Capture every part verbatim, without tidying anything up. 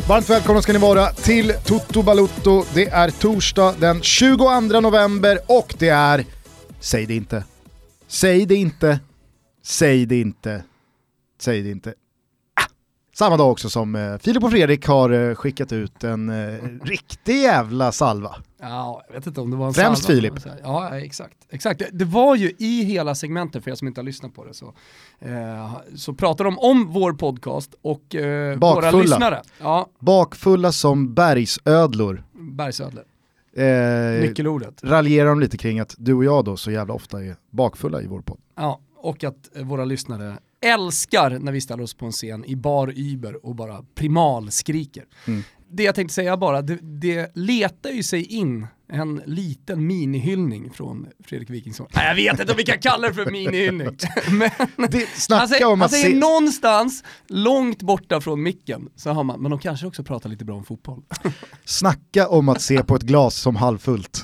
Varmt välkomna ska ni vara till Toto Balotto. Det är torsdag den tjugoandra november och det är... Säg det inte. Säg det inte. Säg det inte. Säg det inte. Ah. Samma dag också som eh, Filip och Fredrik har eh, skickat ut en eh, riktig jävla salva. Ja, jag vet inte om det var en Främst salva. Filip. Ja, exakt. exakt. Det, det var ju i hela segmentet, för er som inte har lyssnat på det, så, eh, så pratar de om vår podcast och eh, våra lyssnare. Ja. Bakfulla som bergsödlor. Bergsödlor. Eh, Nyckelordet. Raljerar de lite kring att du och jag då så jävla ofta är bakfulla i vår podd. Ja, och att eh, våra lyssnare älskar när vi ställer oss på en scen i bar Uber och bara primal skriker. Mm. Det jag tänkte säga bara, det, det letar ju sig in en liten minihyllning från Fredrik Wikingsson. Nej, jag vet inte om vi kan kalla det för minihyllning. Men det, snacka alltså, om att alltså se... någonstans långt borta från micken så har man, men de kanske också pratar lite bra om fotboll. Snacka om att se på ett glas som halvfullt.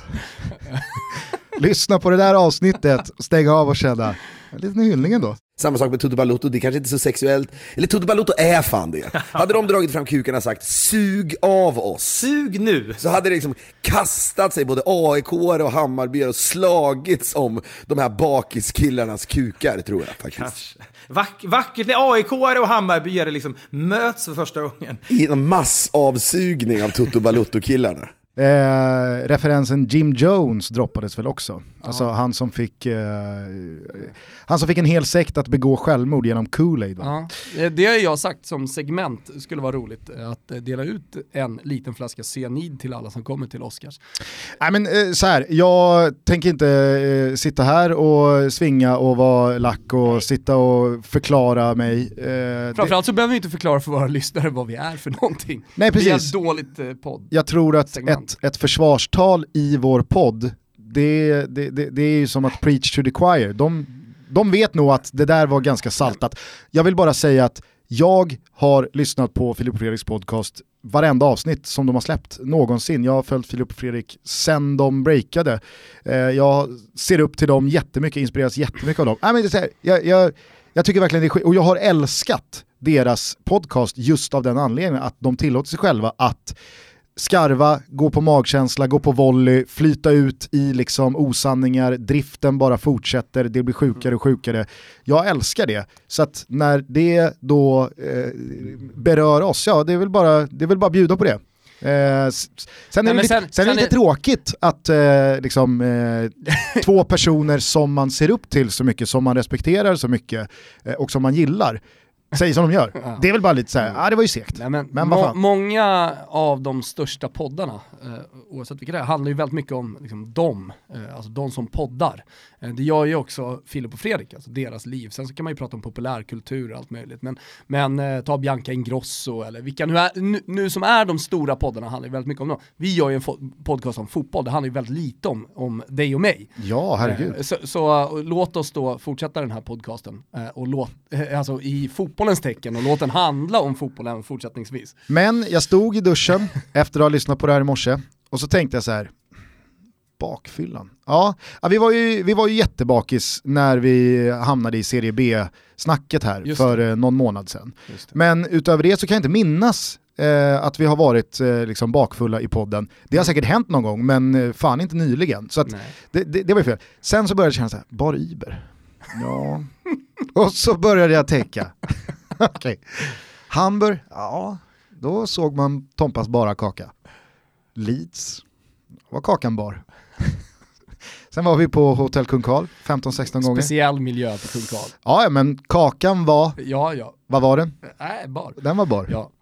Lyssna på det där avsnittet, stänga av och känna en liten hyllning ändå. Samma sak med Toto Balotto, det är kanske inte så sexuellt. Eller Toto Balotto är fan det. Hade de dragit fram kukarna och sagt sug av oss, sug nu, så hade det liksom kastat sig både A I K och Hammarby och slagits om de här bakiskillarnas kukar, tror jag faktiskt. Vack, vackert när A I K och Hammarby liksom möts för första gången i en massavsugning av Toto Balotto-killarna. Eh, referensen Jim Jones droppades väl också. Ja. Alltså han som fick eh, han som fick en hel sekt att begå självmord genom Kool-Aid. Ja. Det har jag sagt som segment skulle vara roligt, att dela ut en liten flaska cyanid till alla som kommer till Oscars. Nej men eh, så här, jag tänker inte eh, sitta här och svinga och vara lack och Nej. sitta och förklara mig. Eh, Framförallt så behöver vi inte förklara för våra lyssnare vad vi är för någonting. Nej, precis. Vi är ett dåligt eh, podd. Jag tror att ett, ett försvarstal i vår podd, det, det, det, det är ju som att preach to the choir. De, de vet nog att det där var ganska saltat. Jag vill bara säga att jag har lyssnat på Filip och Fredriks podcast varenda avsnitt som de har släppt någonsin. Jag har följt Filip och Fredrik sen de breakade. Eh, jag ser upp till dem jättemycket, inspireras jättemycket av dem. Nej, men det är så här, jag, jag, jag tycker verkligen det är skit. Och jag har älskat deras podcast just av den anledningen att de tillåter sig själva att skarva, gå på magkänsla, gå på volley, flyta ut i liksom osanningar, driften bara fortsätter, det blir sjukare och sjukare. Jag älskar det. Så att när det då eh, berör oss, ja det är väl bara, det är väl bara bjuda på det. Eh, sen är det, Nej, lite, sen, sen sen är det lite är... tråkigt att eh, liksom, eh, två personer som man ser upp till så mycket, som man respekterar så mycket eh, och som man gillar, säg som de gör. Ja. Det är väl bara lite så här, ja det var ju segt. Nej, men men må- många av de största poddarna, eh, oavsett vilka det är, handlar ju väldigt mycket om liksom, dem, eh, alltså de som poddar. Eh, det gör ju också Filip och Fredrik, alltså deras liv. Sen så kan man ju prata om populärkultur och allt möjligt. Men, men eh, ta Bianca Ingrosso eller vilka nu, är, nu, nu som är de stora poddarna handlar ju väldigt mycket om dem. Vi gör ju en fo- podcast om fotboll, det handlar ju väldigt lite om, om dig och mig. Ja, herregud. Eh, så så uh, låt oss då fortsätta den här podcasten eh, och låt, eh, alltså i fotbollens tecken och låt den handla om fotbollen fortsättningsvis. Men jag stod i duschen efter att ha lyssnat på det här i morse och så tänkte jag så här, bakfyllan. Ja, ja vi var ju vi var ju jättebakis när vi hamnade i Serie B-snacket här Just för det. någon månad sedan. Men utöver det så kan jag inte minnas eh, att vi har varit eh, liksom bakfulla i podden. Det har säkert hänt någon gång, men eh, fan inte nyligen. Så att det, det, det var ju fel. Sen så började jag känna så här, bar Iber. Ja. Och så började jag tänka. Okej. Okay. Hamburg, ja, då såg man Tompas bara kaka. Leeds, var kakan bar. Sen var vi på Hotell Kung Karl femton sexton gånger. Speciell miljö på Kung Karl. Ja, men kakan var... Ja, ja. Vad var den? Nej, bar. Den var bar. Ja.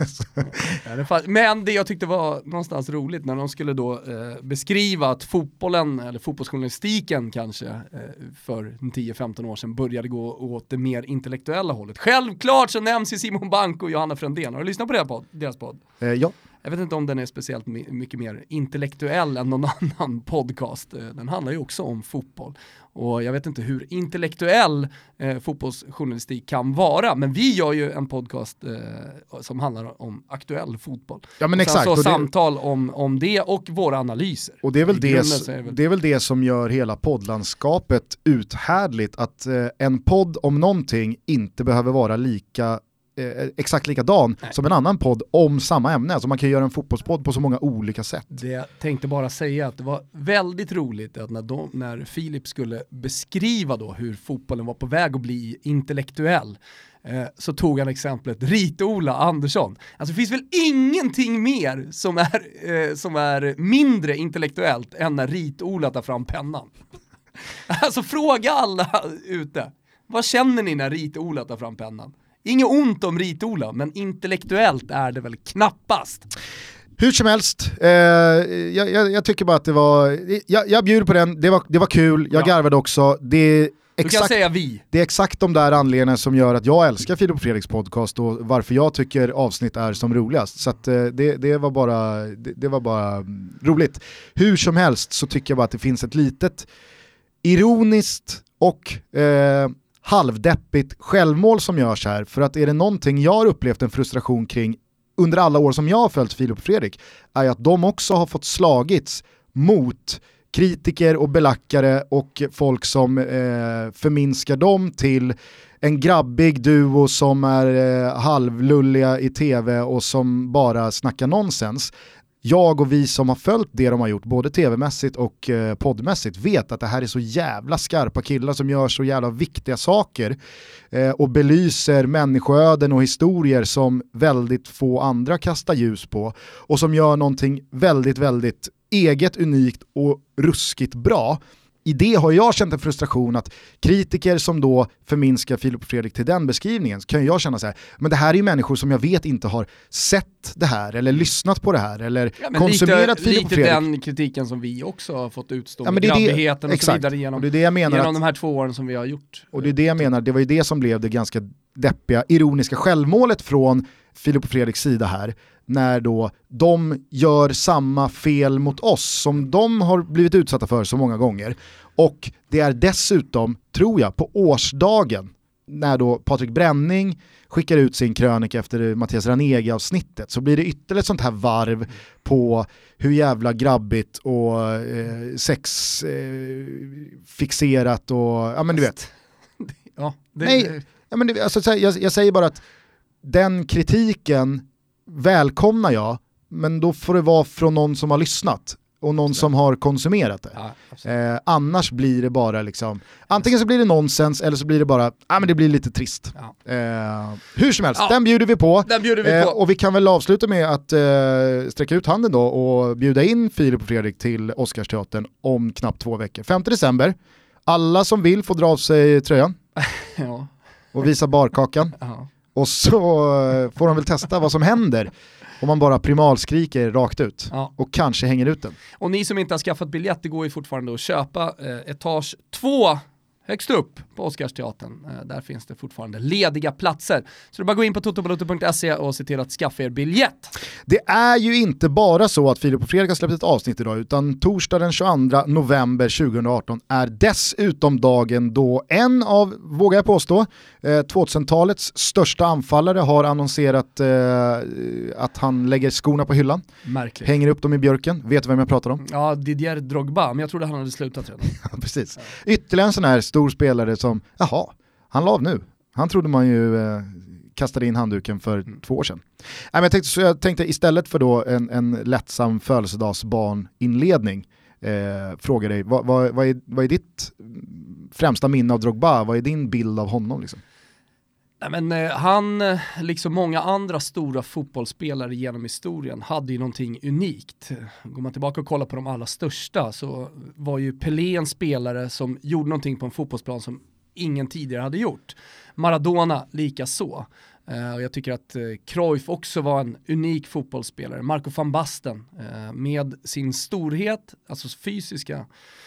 Men det jag tyckte var någonstans roligt när de skulle då eh, beskriva att fotbollen, eller fotbollsjournalistiken kanske, eh, för tio femton år sedan började gå åt det mer intellektuella hållet. Självklart så nämns ju Simon Bank och Johanna Frändén. Har du lyssnat på deras podd? Deras podd? Eh, ja. Jag vet inte om den är speciellt mycket mer intellektuell än någon annan podcast. Den handlar ju också om fotboll. Och jag vet inte hur intellektuell eh, fotbollsjournalistik kan vara. Men vi gör ju en podcast eh, som handlar om aktuell fotboll. Ja, men exakt. Alltså samtal om, om det och våra analyser. Och det är väl det, är väl... det är väl det som gör hela poddlandskapet uthärdligt. Att eh, en podd om någonting inte behöver vara lika eh, exakt likadan Nej. som en annan podd om samma ämne. Alltså man kan göra en fotbollspodd på så många olika sätt. Det jag tänkte bara säga att det var väldigt roligt att när, de, när Filip skulle beskriva då hur fotbollen var på väg att bli intellektuell, eh, så tog han exemplet Rit-Ola Andersson. Alltså det finns väl ingenting mer som är, eh, som är mindre intellektuellt än när Rit-Ola tar fram pennan. Alltså fråga alla ute. Vad känner ni när Rit-Ola tar fram pennan? Inget ont om Rit-Ola, men intellektuellt är det väl knappast. Hur som helst, eh, jag, jag, jag tycker bara att det var, jag, jag bjuder på den, det var, det var kul, jag ja. garvade också. Det är, exakt, du kan säga vi. Det är exakt de där anledningarna som gör att jag älskar Filip och Fredriks podcast och varför jag tycker avsnitt är som roligast. Så att, eh, det, det, var bara, det, det var bara roligt. Hur som helst så tycker jag bara att det finns ett litet ironiskt och eh, halvdeppigt självmål som görs här, för att är det någonting jag har upplevt en frustration kring under alla år som jag har följt Filip och Fredrik, är att de också har fått slagits mot kritiker och belackare och folk som eh, förminskar dem till en grabbig duo som är eh, halvlulliga i tv och som bara snackar nonsens. Jag och vi som har följt det de har gjort, både tv-mässigt och eh, poddmässigt, vet att det här är så jävla skarpa killar som gör så jävla viktiga saker eh, och belyser människoöden och historier som väldigt få andra kastar ljus på och som gör någonting väldigt, väldigt eget, unikt och ruskigt bra. I det har jag känt en frustration att kritiker som då förminskar Filip och Fredrik till den beskrivningen, så kan jag känna så här, men det här är ju människor som jag vet inte har sett det här eller lyssnat på det här eller ja, konsumerat lite, Filip och Fredrik. Lite den kritiken som vi också har fått utstå ja, med grabbigheten och så vidare genom, och det är det jag menar genom att, de här två åren som vi har gjort. Och det är det jag menar, det var ju det som blev det ganska deppiga, ironiska självmålet från Filip och Fredriks sida här, när då de gör samma fel mot oss som de har blivit utsatta för så många gånger. Och det är dessutom, tror jag, på årsdagen när då Patrik Bränning skickar ut sin krönika efter Mattias Ranegi-avsnittet, så blir det ytterligare ett sånt här varv på hur jävla grabbigt och eh, sexfixerat eh, och ja men du vet. Ja, det, Nej, ja, men det, alltså, jag, jag säger bara att den kritiken välkomnar jag, men då får det vara från någon som har lyssnat och någon som har konsumerat det. Ja, eh, annars blir det bara liksom, antingen så blir det nonsens eller så blir det bara, ja men det blir lite trist. Ja. Eh, hur som helst, ja. den bjuder vi på. Den bjuder vi på. Eh, och vi kan väl avsluta med att eh, sträcka ut handen då och bjuda in Filip och Fredrik till Oscarsteatern om knappt två veckor. femte december. Alla som vill får dra av sig tröjan. Ja. Och visa barkakan. Ja. Och så får de väl testa vad som händer om man bara primalskriker rakt ut ja. och kanske hänger ut den. Och ni som inte har skaffat biljett, det går ju fortfarande att köpa eh, etage två högst upp på Oscarsteatern. Eh, där finns det fortfarande lediga platser. Så det bara gå in på totobaloto punkt se och se till att skaffa er biljett. Det är ju inte bara så att Filip och Fredrik har släppt ett avsnitt idag, utan torsdag den tjugoandra november tjugoarton är dessutom dagen då en av, vågar jag påstå, eh, tvåtusentalets största anfallare har annonserat eh, att han lägger skorna på hyllan. Märkligt. Hänger upp dem i björken. Vet du vem jag pratar om? Ja, Didier Drogba, men jag trodde han hade slutat redan. Ja, precis. Ytterligare en sån här stor spelare som, jaha, han la av nu. Han trodde man ju eh, kastade in handduken för mm. två år sedan. Nej, men jag, tänkte, så jag tänkte istället för då en, en lättsam födelsedagsbarninledning eh, fråga dig, vad, vad, vad, är, vad är ditt främsta minne av Drogba? Vad är din bild av honom liksom? Nej, men, eh, han, liksom många andra stora fotbollsspelare genom historien, hade ju någonting unikt. Går man tillbaka och kollar på de allra största så var ju Pelé en spelare som gjorde någonting på en fotbollsplan som ingen tidigare hade gjort. Maradona lika så. Uh, och jag tycker att uh, Cruyff också var en unik fotbollsspelare. Marco van Basten uh, med sin storhet, alltså fysiska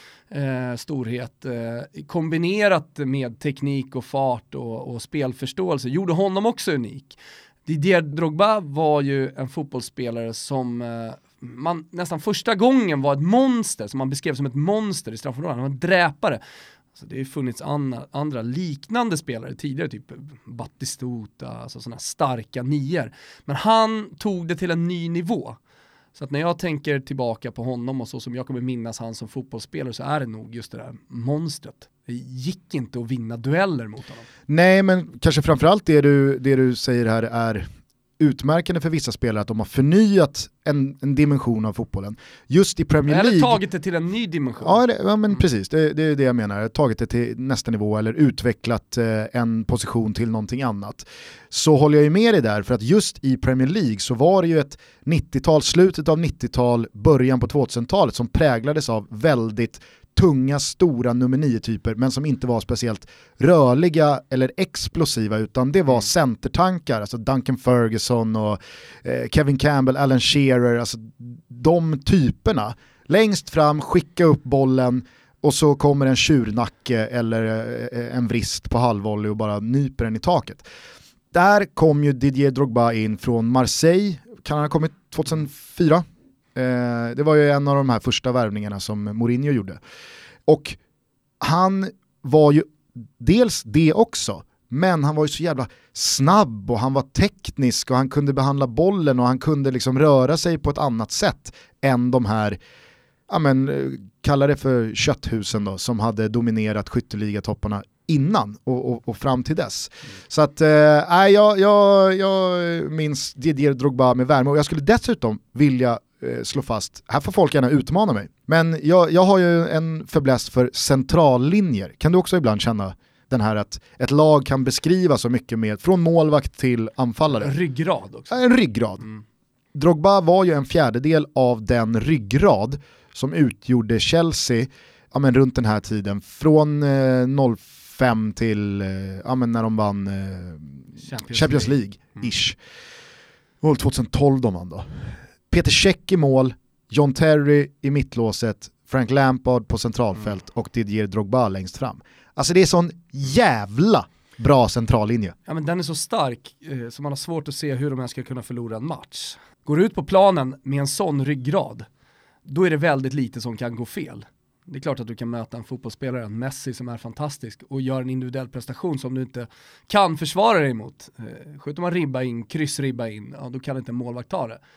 uh, storhet, uh, kombinerat med teknik och fart och, och spelförståelse, gjorde honom också unik. Didier Drogba var ju en fotbollsspelare som uh, man nästan första gången var ett monster, som man beskrev som ett monster i straffområdet. Han var en dräpare. Så det har ju funnits andra, andra liknande spelare tidigare, typ Battistuta, alltså sådana starka nior. Men han tog det till en ny nivå Så att när jag tänker tillbaka på honom och så som jag kommer minnas han som fotbollsspelare, så är det nog just det där monstret. Det gick inte att vinna dueller mot honom. Nej, men kanske framförallt det du, det du säger här är utmärkande för vissa spelare, att de har förnyat en, en dimension av fotbollen. Just i Premier League. Eller tagit det till en ny dimension. Ja, det, ja men mm. precis. Det, det är det jag menar. Tagit det till nästa nivå eller utvecklat eh, en position till någonting annat. Så håller jag ju med dig där, för att just i Premier League så var det ju ett nittiotal, slutet av nittiotal, början på tvåtusentalet som präglades av väldigt tunga, stora nummer nio-typer, men som inte var speciellt rörliga eller explosiva, utan det var mm. centertankar, alltså Duncan Ferguson och eh, Kevin Campbell, Alan Shearer, alltså de typerna. Längst fram, skicka upp bollen och så kommer en tjurnacke eller eh, en vrist på halvvolley och bara nyper den i taket. Där kom ju Didier Drogba in från Marseille, kan han ha kommit tjugohundrafyra? Eh, det var ju en av de här första värvningarna som Mourinho gjorde. Och han var ju dels det också, men han var ju så jävla snabb och han var teknisk och han kunde behandla bollen och han kunde liksom röra sig på ett annat sätt än de här, ja men kalla det för kötthusen då, som hade dominerat skytteligatopparna innan och, och, och fram till dess. Mm. Så att äh, jag, jag, jag minns Didier Drogba med värme, och jag skulle dessutom vilja äh, slå fast, här får folk gärna utmana mig, men jag, jag har ju en förbläst för centrallinjer. Kan du också ibland känna den här att ett lag kan beskriva så mycket med från målvakt till anfallare? Ryggrad också. En ryggrad. Mm. Drogba var ju en fjärdedel av den ryggrad som utgjorde Chelsea, ja, men runt den här tiden, från eh, noll fem till eh, ja, men när de vann eh, Champions, Champions League, League ish. Mm. tjugohundratolv de vann då. Peter Cech i mål, John Terry i mittlåset, Frank Lampard på centralfält mm. och Didier Drogba längst fram. Alltså det är sån jävla bra centrallinje. Ja, men den är så stark eh, så man har svårt att se hur de här ska kunna förlora en match. Går ut på planen med en sån ryggrad, då är det väldigt lite som kan gå fel. Det är klart att du kan möta en fotbollsspelare, en Messi som är fantastisk och gör en individuell prestation som du inte kan försvara dig emot. Eh, skjuter man ribba in, kryssribba in, ja, då kan inte en målvakt ta det.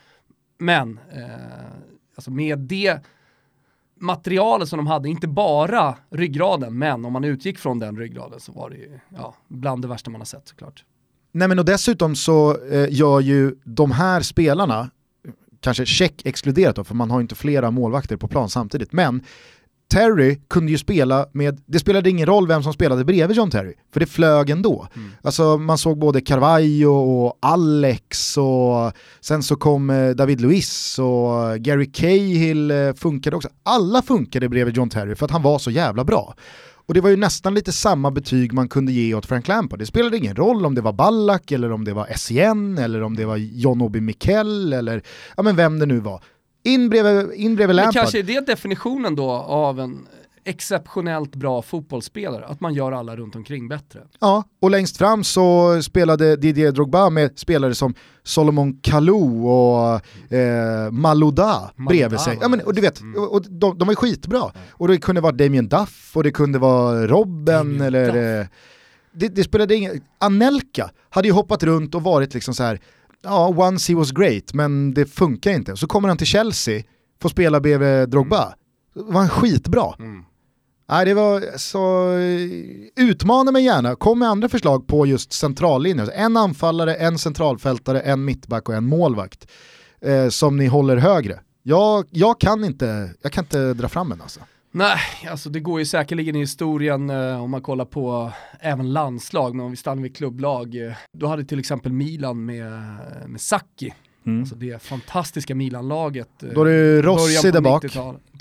Men eh, alltså med det materialet som de hade, inte bara ryggraden, men om man utgick från den ryggraden så var det ju, ja, bland det värsta man har sett såklart. Nej, men och dessutom så eh, gör ju de här spelarna, kanske Cech exkluderat då, för man har inte flera målvakter på plan samtidigt, men Terry kunde ju spela med, det spelade ingen roll vem som spelade bredvid John Terry, för det flög ändå. Mm. Alltså man såg både Carvalho och Alex, och sen så kom eh, David Luiz och Gary Cahill eh, funkade också. Alla funkade bredvid John Terry för att han var så jävla bra. Och det var ju nästan lite samma betyg man kunde ge åt Frank Lampard. Det spelade ingen roll om det var Ballack eller om det var S C N eller om det var John Obi Mikel eller ja, men vem det nu var. In bredvid, in bredvid Lampard. Men kanske är det definitionen då av en exceptionellt bra fotbollsspelare, att man gör alla runt omkring bättre. Ja, och längst fram så spelade Didier Drogba med spelare som Solomon Kalou och eh, Malouda bredvid sig. Ja, men, och du vet, mm. och de, de var skitbra. Mm. Och det kunde vara Damien Duff och det kunde vara Robben Damien eller... Eh, det, det spelade ingen... Anelka hade ju hoppat runt och varit liksom så här. Ja, once he was great, men det funkar inte. Så kommer han till Chelsea, får spela bredvid Drogba. Det var han skitbra. Mm. Nej, det var så... Utmana mig gärna. Kom med andra förslag på just centrallinjen. En anfallare, en centralfältare, en mittback och en målvakt. Eh, som ni håller högre. Jag, jag, kan inte, jag kan inte dra fram en alltså. Nej, alltså det går ju säkerligen i historien eh, om man kollar på även landslag, men om vi stannar vid klubblag, eh, då hade till exempel Milan med, med Sacchi, mm. alltså det fantastiska Milan-laget. Eh, då är det Rossi där bak.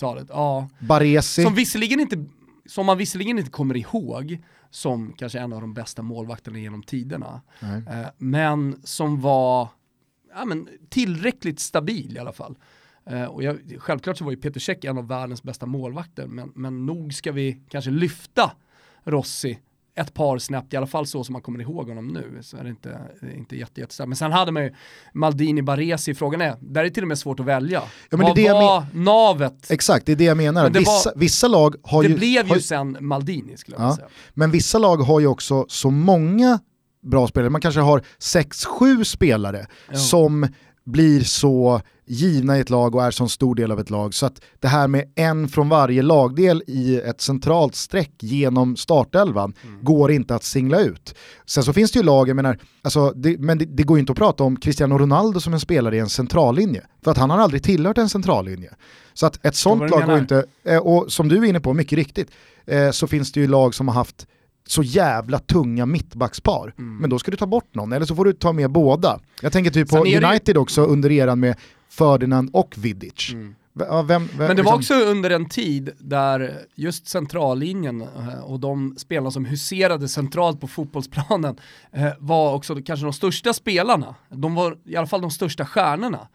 Ja. Baresi. Som, visserligen inte, som man visserligen inte kommer ihåg som kanske en av de bästa målvakterna genom tiderna, eh, men som var ja, men, tillräckligt stabil i alla fall. Uh, och jag, självklart så var ju Peter Cech en av världens bästa målvakter, men, men nog ska vi kanske lyfta Rossi ett par snabbt, i alla fall så som man kommer ihåg honom nu, så är det inte, inte jätte, jätte Men sen hade man ju Maldini, Baresi, frågan är, där är det till och med svårt att välja. Ja, men vad det var men... navet? Exakt, det är det jag menar. Det vissa, var... vissa lag har det ju... Det blev ju har... sen Maldini skulle jag ja. säga. Men vissa lag har ju också så många bra spelare, man kanske har sex, sju spelare ja. som blir så givna i ett lag och är så stor del av ett lag, så att det här med en från varje lagdel i ett centralt streck genom startelvan mm. går inte att singla ut. Sen så finns det ju lag, jag menar, alltså, det, men det, det går ju inte att prata om Cristiano Ronaldo som en spelare i en centrallinje, för att han har aldrig tillhört en centrallinje. Så att ett sånt lag går inte, och som du är inne på, mycket riktigt, så finns det ju lag som har haft så jävla tunga mittbackspar. Mm. Men då ska du ta bort någon, eller så får du ta med båda. Jag tänker typ på United ju... också under eran med Ferdinand och Vidic. Mm. Vem, vem, Men det liksom... var också under en tid där just centrallinjen och de spelarna som huserade centralt på fotbollsplanen var också kanske de största spelarna. De var i alla fall de största stjärnorna.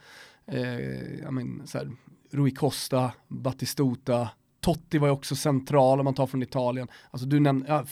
Jag menar, så här, Rui Costa, Batistuta, Totti var ju också central om man tar från Italien. Alltså du nämnde ja,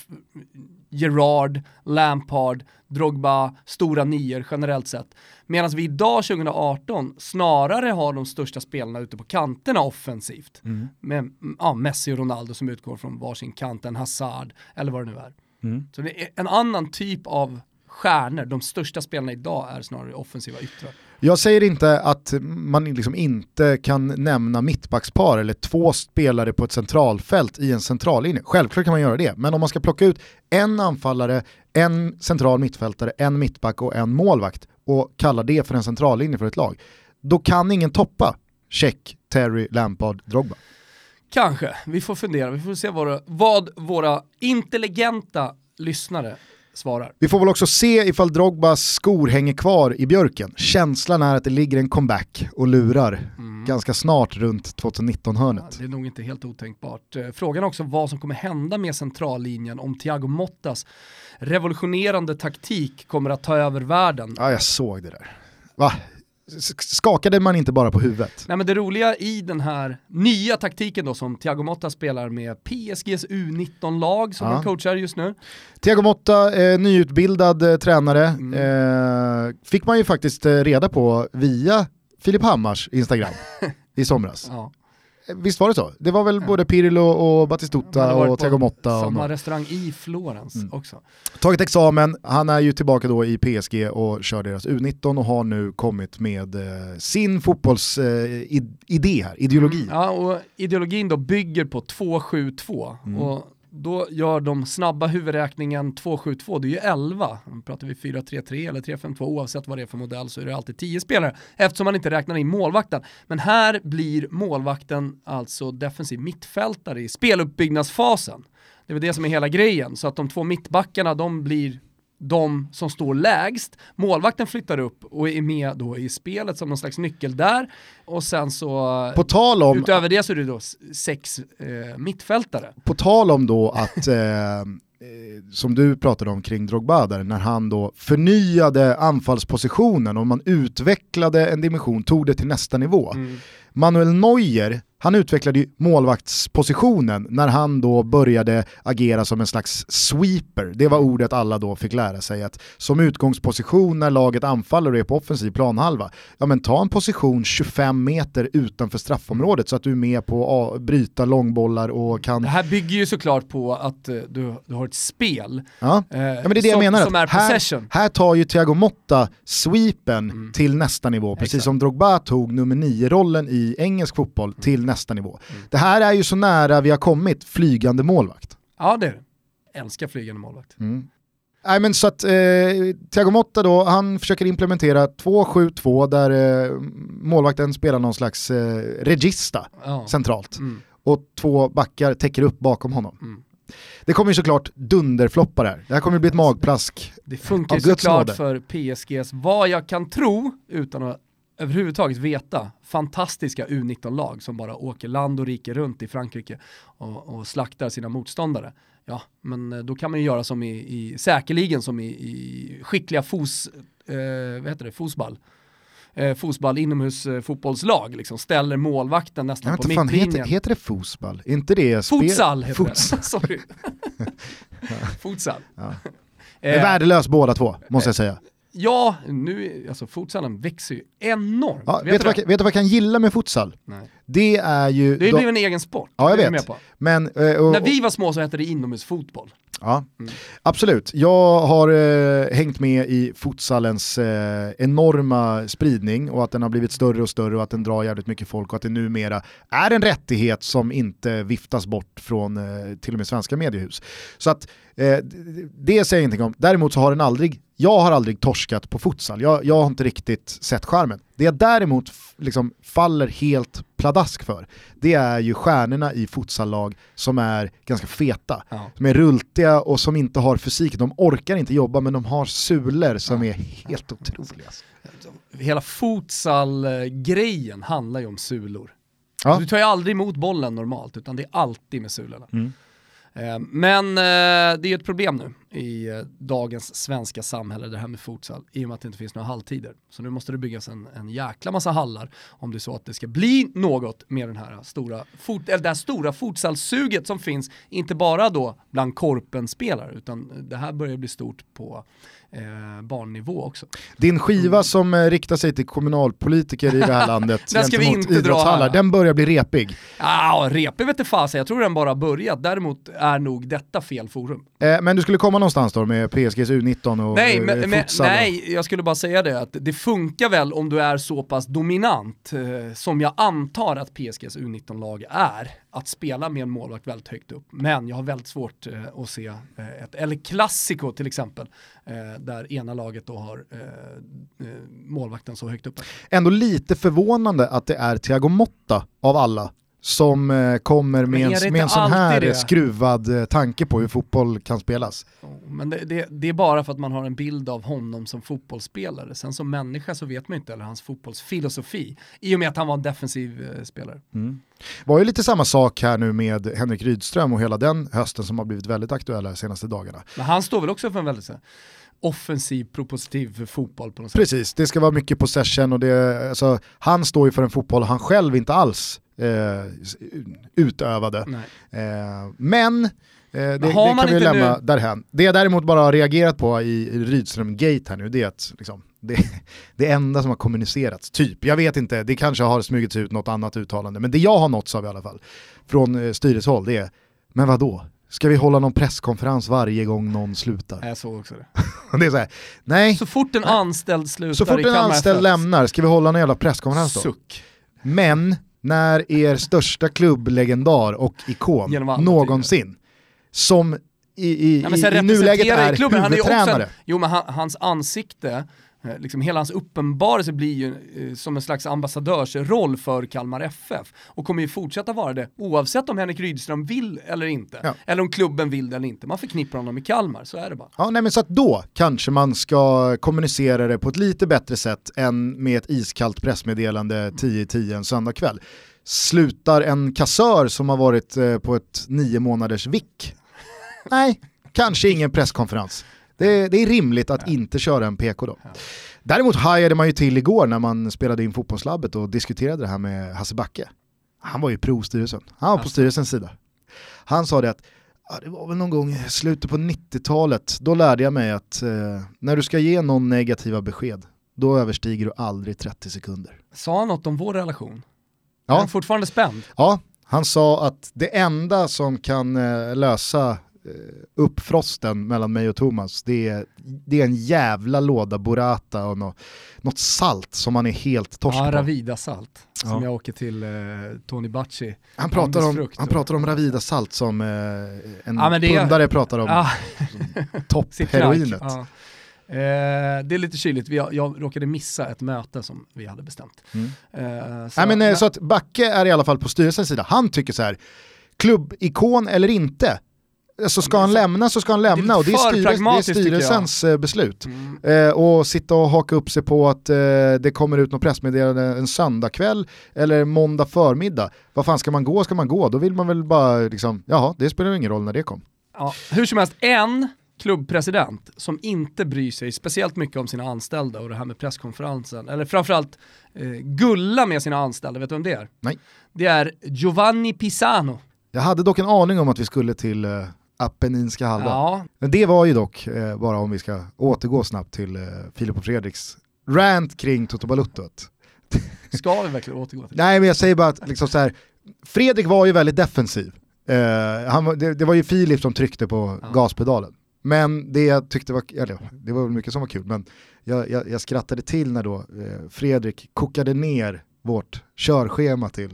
Gerrard, Lampard, Drogba, stora nior generellt sett. Medan vi idag tjugo arton snarare har de största spelarna ute på kanterna offensivt. Mm. Med ja, Messi och Ronaldo som utgår från varsin kant, en Hazard eller vad det nu är. Mm. Så det är en annan typ av stjärnor. De största spelarna idag är snarare offensiva yttrar. Jag säger inte att man liksom inte kan nämna mittbackspar eller två spelare på ett centralfält i en centrallinje. Självklart kan man göra det, men om man ska plocka ut en anfallare, en central mittfältare, en mittback och en målvakt och kalla det för en centrallinje för ett lag, då kan ingen toppa Check, Terry, Lampard, Drogba. Kanske, vi får fundera, vi får se vad, vad våra intelligenta lyssnare svarar. Vi får väl också se ifall Drogbas skor hänger kvar i björken. Känslan är att det ligger en comeback och lurar mm. ganska snart runt tjugonitton-hörnet. Ja, det är nog inte helt otänkbart. Frågan är också vad som kommer hända med centrallinjen om Thiago Mottas revolutionerande taktik kommer att ta över världen. Ja, jag såg det där. Va? Skakade man inte bara på huvudet? Nej, men det roliga i den här nya taktiken då som Thiago Motta spelar med P S G:s U nitton-lag som ja. de coachar just nu. Thiago Motta, eh, nyutbildad eh, tränare, mm. eh, fick man ju faktiskt eh, reda på via Filip Hammars Instagram i somras. Ja. Visst var det så? Det var väl ja. både Pirlo och Batistuta och Thiago Motta. Samma och restaurang i Florens mm. också. Tagit examen, han är ju tillbaka då i P S G och kör deras U nitton och har nu kommit med eh, sin fotbollsidé eh, här, ideologi. Mm. Ja, och ideologin då bygger på två sju två mm. och då gör de snabba huvudräkningen två sju två, det är ju elva. Om pratar vi fyra tre tre eller tre fem två, oavsett vad det är för modell så är det alltid tio spelare eftersom man inte räknar in målvakten. Men här blir målvakten alltså defensiv mittfältare i speluppbyggnadsfasen. Det är väl det som är hela grejen. Så att de två mittbackarna, de blir de som står lägst. Målvakten flyttar upp och är med då i spelet som någon slags nyckel där. Och sen så på tal om, utöver det så är det då sex eh, mittfältare. På tal om då att eh, som du pratade om kring Drogba där, när han då förnyade anfallspositionen och man utvecklade en dimension, tog det till nästa nivå. Mm. Manuel Neuer, han utvecklade ju målvaktspositionen när han då började agera som en slags sweeper. Det var ordet alla då fick lära sig, att som utgångsposition när laget anfaller och är på offensiv planhalva, ja men ta en position tjugofem meter utanför straffområdet så att du är med på att bryta långbollar och kan... Det här bygger ju såklart på att uh, du, du har ett spel ja. eh, ja, men det är det som, jag menar, som är possession. Här, här tar ju Thiago Motta sweepen mm. till nästa nivå, precis Exakt. som Drogba tog nummer nio-rollen i engelsk fotboll mm. till nästa nivå. Mm. Det här är ju så nära vi har kommit flygande målvakt. Ja, det är det. Älskar flygande målvakt. Mm. Nej, men så att eh, Thiago Motta då, han försöker implementera två sju två där eh, målvakten spelar någon slags eh, regista ja. centralt. Mm. Och två backar täcker upp bakom honom. Mm. Det kommer ju såklart dunderfloppa där. Det här kommer ju bli ett magplask. Det funkar ju såklart för P S G:s, vad jag kan tro utan att överhuvudtaget veta, fantastiska U nitton-lag som bara åker land och rike runt i Frankrike och, och slaktar sina motståndare. Ja, men då kan man ju göra som i, i säkerligen som i, i skickliga fos, eh, vad heter det, fosball. Eh, fosball inomhus eh, fotbollslag liksom ställer målvakten nästan på mittlinjen. Heter, heter det fosball? Inte det spel? Futsal heter Futsal. det. Sorry. Futsal. Ja. Det är värdelös båda två, måste jag säga. Ja, nu, alltså futsalen växer ju enormt. Ja, vet, vet, du vad, vet du vad jag kan gilla med futsal? Nej. Det är ju... Det är ju en egen sport. Ja, jag vet. Men, uh, och, När vi var små så hette det inomhusfotboll. Ja, Mm. absolut. Jag har eh, hängt med i futsalens eh, enorma spridning och att den har blivit större och större och att den drar jävligt mycket folk och att det numera är en rättighet som inte viftas bort från eh, till och med svenska mediehus. Så att eh, det säger jag ingenting om. Däremot så har den aldrig, jag har aldrig torskat på futsal. Jag, jag har inte riktigt sett skärmen. Det jag däremot f- liksom faller helt pladask för, det är ju stjärnorna i futsallag som är ganska feta. Ja. Som är rultiga och som inte har fysik. De orkar inte jobba men de har sulor som är helt otroliga. Hela futsal-grejen handlar ju om sulor. Ja. Du tar ju aldrig emot bollen normalt, utan det är alltid med sulorna. Mm. Eh, Men eh, det är ett problem nu i eh, dagens svenska samhälle, det här med futsal, i och med att det inte finns några halltider. Så nu måste det byggas en, en jäkla massa hallar om det är så att det ska bli något med den här stora, fot, eller det här stora futsalsuget som finns, inte bara då bland korpenspelare, utan det här börjar bli stort på eh, barnnivå också. Din skiva som eh, riktar sig till kommunalpolitiker i det här landet Den ska vi gentemot inte dra idrottshallar, här. den börjar bli repig. Ja, repig vet inte fasen, jag tror den bara har börjat. Däremot är nog detta fel forum. Eh, men du skulle komma någonstans då med P S G:s U nitton och Nej, eh, men, men, futsal? nej, jag skulle bara säga det, att det funkar väl om du är så pass dominant eh, som jag antar att P S G:s U nitton-lag är, att spela med en målvakt väldigt högt upp. Men jag har väldigt svårt eh, att se eh, ett, eller Classico till exempel, eh, där ena laget då har eh, eh, målvakten så högt upp. Ändå lite förvånande att det är Thiago Motta av alla som eh, kommer med Men är det en, inte med en sån alltid här det? skruvad eh, tanke på hur fotboll kan spelas. Men det, det, det är bara för att man har en bild av honom som fotbollsspelare. Sen som människa så vet man inte, eller hans fotbollsfilosofi, i och med att han var en defensiv eh, spelare. Mm. Var ju lite samma sak här nu med Henrik Rydström och hela den hösten som har blivit väldigt aktuell de senaste dagarna. Men han står väl också för en väldigt så här, offensiv propositiv för fotboll på något sätt. Precis, det ska vara mycket possession och det, alltså, han står ju för en fotboll han själv inte alls eh, utövade. Nej. Eh, men eh, det, det har kan man vi inte lämna nu- därhän. Det jag däremot bara har reagerat på i Rydström-gate här nu, det är att liksom, det, det enda som har kommunicerats, typ, jag vet inte, det kanske har smugits ut något annat uttalande, men det jag har nåtts av i alla fall från eh, styrelsehåll, det är, men vadå? Ska vi hålla någon presskonferens varje gång någon slutar? Jag såg också det. Och det är så här, nej, Så fort en anställd slutar så fort i en Kalmar anställd F F, lämnar, ska vi hålla en jävla presskonferens då? suck. Men när er största klubblegendar och ikon Genom alla någonsin, som i, i, Ja, men sen i, i nuläget representerar är klubben, han är ju också huvudtränare. en, jo men han, hans ansikte, eh, liksom hela hans uppenbarelse blir ju eh, som en slags ambassadörsroll för Kalmar F F och kommer ju fortsätta vara det oavsett om Henrik Rydström vill eller inte, Ja. eller om klubben vill det eller inte. Man förknippar honom med Kalmar, så är det bara. Ja, nej, men så att då kanske man ska kommunicera det på ett lite bättre sätt än med ett iskallt pressmeddelande tio tio en söndag kväll. Slutar en kassör som har varit eh, på ett nio månaders vick? Nej, kanske ingen presskonferens. Det, det är rimligt att Ja. inte köra en P K då. Däremot hajade man ju till igår när man spelade in fotbollslabbet och diskuterade det här med Hasse Backe. Han var ju pro-styrelsen. Han var på styrelsens sida. Han sa det att ja, det var väl någon gång i slutet på nittiotalet, då lärde jag mig att eh, när du ska ge någon negativa besked, då överstiger du aldrig trettio sekunder. Sa han något om vår relation? Ja. Är han fortfarande spänd? Ja, han sa att det enda som kan eh, lösa eh, uppfrosten mellan mig och Thomas, det är, det är en jävla låda burrata och nå, något salt som man är helt torsk Ja, på. Ravida-salt. Ja. Som jag åker till eh, Tony Bacci. Han pratar, om, Frukt han och- pratar om Ravida-salt som eh, en Ja, men det är- pundare pratar om Ja. toppheroinet. Ja. Eh, det är lite kyligt, Vi har, jag råkade missa ett möte som vi hade bestämt. Mm. Eh, så, Nej, men, eh, men- så att Backe är i alla fall på styrelsens sida. Han tycker så här, klubbikon eller inte, så ska Men han så- lämna så ska han lämna är och det är, för styres, det är pragmatiskt, tycker jag. styrelsens eh, beslut. Mm. Eh, och sitta och haka upp sig på att eh, det kommer ut något pressmeddelande en söndagkväll eller måndag förmiddag. Vad fan ska man gå, ska man gå? Då vill man väl bara liksom, jaha, det spelar ingen roll när det kom. Ja, hur som helst, en klubbpresident som inte bryr sig speciellt mycket om sina anställda och det här med presskonferensen, eller framförallt eh, gulla med sina anställda, vet du vem det är? Nej. Det är Giovanni Pisano. Jag hade dock en aning om att vi skulle till eh, Apenninska halvön. Ja, Men det var ju dock, eh, bara om vi ska återgå snabbt till eh, Filip och Fredriks rant kring Toto Balutto. ska vi verkligen återgå till det? Nej, men jag säger bara att liksom så här, Fredrik var ju väldigt defensiv Uh, han, det, det var ju Filip som tryckte på ja. gaspedalen. Men det jag tyckte var, eller det var mycket som var kul, men jag, jag, jag skrattade till när då eh, Fredrik kokade ner vårt körschema till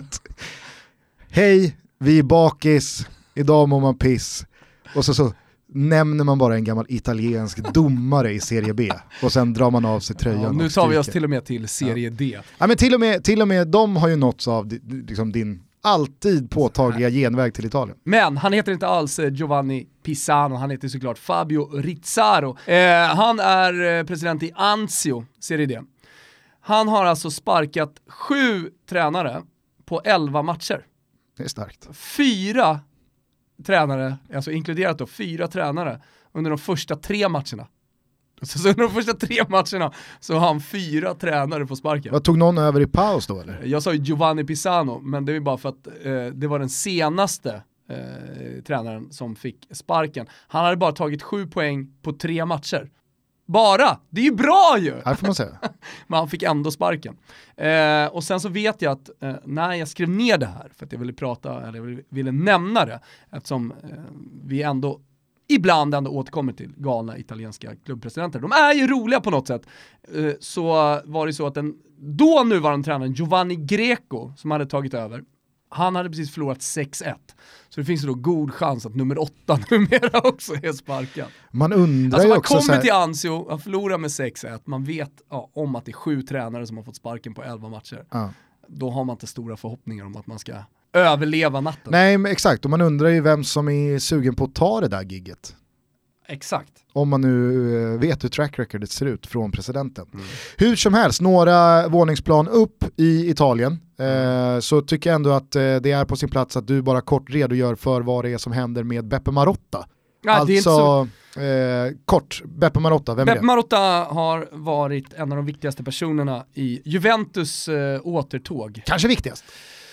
hej, vi är bakis, idag mår man piss. Och så, så nämner man bara en gammal italiensk domare i Serie B och sen drar man av sig tröjan. Ja, nu tar vi oss till och med till Serie ja. D. Ja, men till och med, till och med de har ju nåtts av liksom din alltid påtagliga genväg till Italien. Men han heter inte alls Giovanni Pisano, han heter såklart Fabio Rizzaro. Eh, han är president i Anzio, Serie D. Han har alltså sparkat sju tränare på elva matcher. Det är starkt. Fyra tränare, alltså inkluderat då, fyra tränare under de första tre matcherna. Så, så under de första tre matcherna så har han fyra tränare på sparken. Vad tog någon över i paus då eller? Jag sa ju Giovanni Pisano, men det är bara för att eh, det var den senaste eh, tränaren som fick sparken. Han hade bara tagit sju poäng på tre matcher. Bara! Det är ju bra ju! Här får man säga. Men han fick ändå sparken. Eh, och sen så vet jag att eh, när jag skrev ner det här, för att jag ville prata, eller jag ville, ville nämna det, eftersom eh, vi ändå ibland ändå återkommer till galna italienska klubbpresidenter. De är ju roliga på något sätt. Eh, så var det så att den då nuvarande tränaren Giovanni Greco, som hade tagit över, han hade precis förlorat sex ett. Så det finns då god chans att nummer åtta numera också är sparkad. Man undrar alltså ju man också kommer så här... till Anzio och förlorar med sex ett. Man vet ja, om att det är sju tränare som har fått sparken på elva matcher. Ja. Då har man inte stora förhoppningar om att man ska överleva natten. Nej, men exakt. Och man undrar ju vem som är sugen på att ta det där gigget. Exakt. Om man nu vet hur track recordet ser ut från presidenten. Mm. Hur som helst, några våningsplan upp i Italien. Eh, så tycker jag ändå att eh, det är på sin plats att du bara kort redogör för vad det är som händer med Beppe Marotta. Ja, alltså, det är inte så... eh, kort, Beppe Marotta, vem Beppe är det? Marotta har varit en av de viktigaste personerna i Juventus eh, återtåg. Kanske viktigast.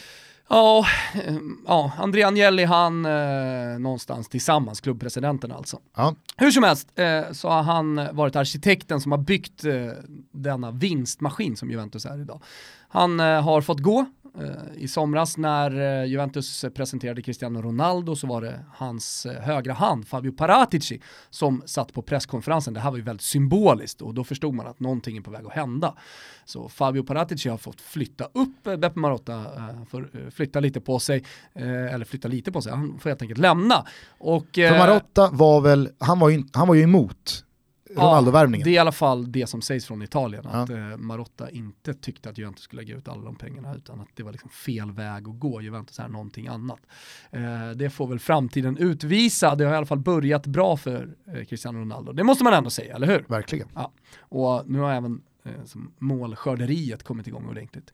Ja, eh, ja, Andrea Agnelli, han eh, någonstans tillsammans, klubbpresidenten alltså. Ja. Hur som helst eh, så har han varit arkitekten som har byggt eh, denna vinstmaskin som Juventus är idag. Han eh, har fått gå. I somras när Juventus presenterade Cristiano Ronaldo så var det hans högra hand Fabio Paratici som satt på presskonferensen. Det här var ju väldigt symboliskt och då förstod man att någonting är på väg att hända. Så Fabio Paratici har fått flytta upp Beppe Marotta, för flytta lite på sig, eller flytta lite på sig, han får helt enkelt lämna. Och, för Marotta var väl, han var ju, han var ju emot Ronaldo-värvningen. Ja, det är i alla fall det som sägs från Italien, ja. att eh, Marotta inte tyckte att Juventus skulle lägga ut alla de pengarna utan att det var liksom fel väg att gå. Juventus är någonting annat. Eh, det får väl framtiden utvisa. Det har i alla fall börjat bra för eh, Cristiano Ronaldo. Det måste man ändå säga, eller hur? Verkligen. Ja. Och nu har även eh, som målskörderiet kommit igång ordentligt.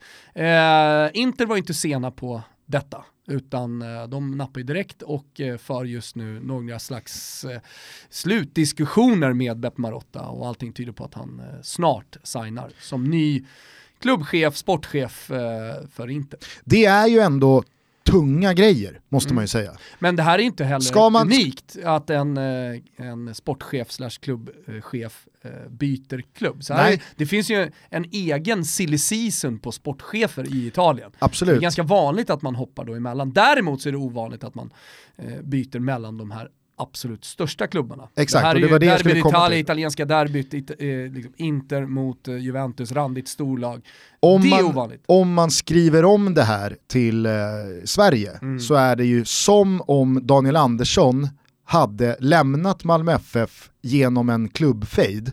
Eh, Inter var inte sena på detta, utan eh, de nappar ju direkt och eh, för just nu några slags eh, slutdiskussioner med Beppe Marotta och allting tyder på att han eh, snart signar som ny klubbchef, sportchef eh, för Inter. Det är ju ändå tunga grejer, måste mm. man ju säga. Men det här är inte heller Ska man... unikt att en, en sportchef slash klubbchef byter klubb. Så här, det finns ju en egen silly season på sportchefer i Italien. Absolut. Det är ganska vanligt att man hoppar då emellan. Däremot så är det ovanligt att man byter mellan de här absolut största klubbarna. Exakt, det här är och det var det ju jag skulle derby komma Italia, till. Italienska derbyt, it, eh, liksom Inter mot eh, Juventus, randigt storlag. Om det är man, ovanligt. Om man skriver om det här till eh, Sverige mm. så är det ju som om Daniel Andersson hade lämnat Malmö F F genom en klubbfejd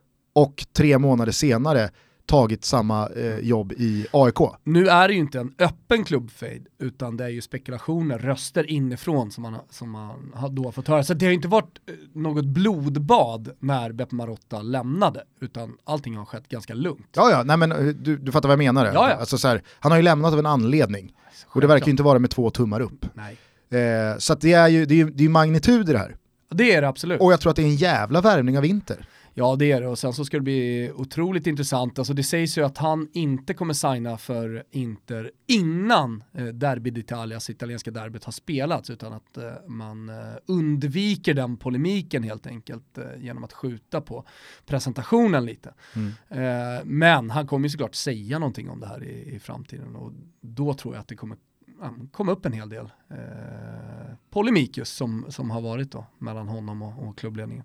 och tre månader senare tagit samma eh, jobb i A I K. Nu är det ju inte en öppen klubbfejd utan det är ju spekulationer, röster inifrån som man, som man har då fått höra. Så det har inte varit något blodbad när Beppe Marotta lämnade utan allting har skett ganska lugnt. Ja, ja, nej men du, du fattar vad jag menar. Ja, ja. Alltså, så här, han har ju lämnat av en anledning självklart. Och det verkar ju inte vara med två tummar upp. Nej. Eh, så att det är ju det är, det är magnitud i det här. Det är det absolut. Och jag tror att det är en jävla värvning av Inter. Ja, det är det. Och sen så ska det bli otroligt intressant. Alltså det sägs ju att han inte kommer signa för Inter innan eh, Derby d'Italias, italienska derbyt, har spelats, utan att eh, man eh, undviker den polemiken helt enkelt eh, genom att skjuta på presentationen lite. Mm. Eh, men han kommer ju såklart säga någonting om det här i, i framtiden och då tror jag att det kommer komma upp en hel del eh, polemikus som, som har varit då mellan honom och, och klubbledningen.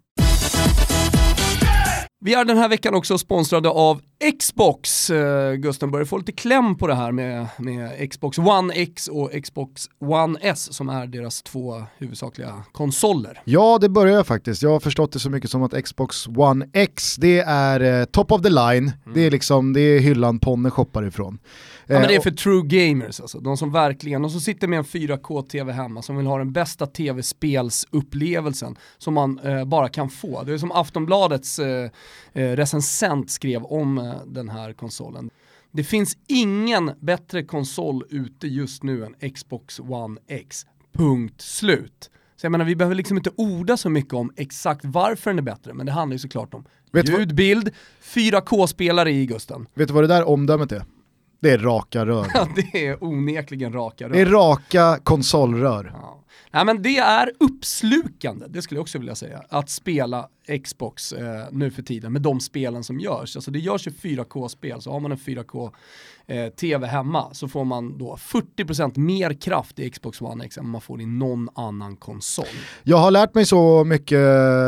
Vi är den här veckan också sponsrade av Xbox. Uh, Gusten börjar få lite kläm på det här med, med Xbox One X och Xbox One S som är deras två huvudsakliga konsoler. Ja, det börjar jag faktiskt. Jag har förstått det så mycket som att Xbox One X, det är uh, top of the line. Mm. Det är liksom, det är hyllan Ponne shoppar ifrån. Ja, men det är för true gamers alltså. De som verkligen, de som sitter med en fyra K-tv hemma, som vill ha den bästa tv-spelsupplevelsen som man eh, bara kan få. Det är som Aftonbladets eh, recensent skrev om eh, den här konsolen. Det finns ingen bättre konsol ute just nu än Xbox One X. Punkt slut. Så jag menar, vi behöver liksom inte orda så mycket om exakt varför den är bättre, men det handlar ju såklart om vet ljud, bild, fyra K-spelare i Gusten. Vet du vad det där omdömet är? Det är raka rör. Ja, det är onekligen raka rör. Det är raka konsolrör. Ja. Nej, men det är uppslukande, det skulle jag också vilja säga, att spela Xbox eh, nu för tiden med de spelen som görs. Alltså det görs ju fyra K-spel, så har man en fyra K-tv eh, hemma så får man då fyrtio procent mer kraft i Xbox One X än man får i någon annan konsol. Jag har lärt mig så mycket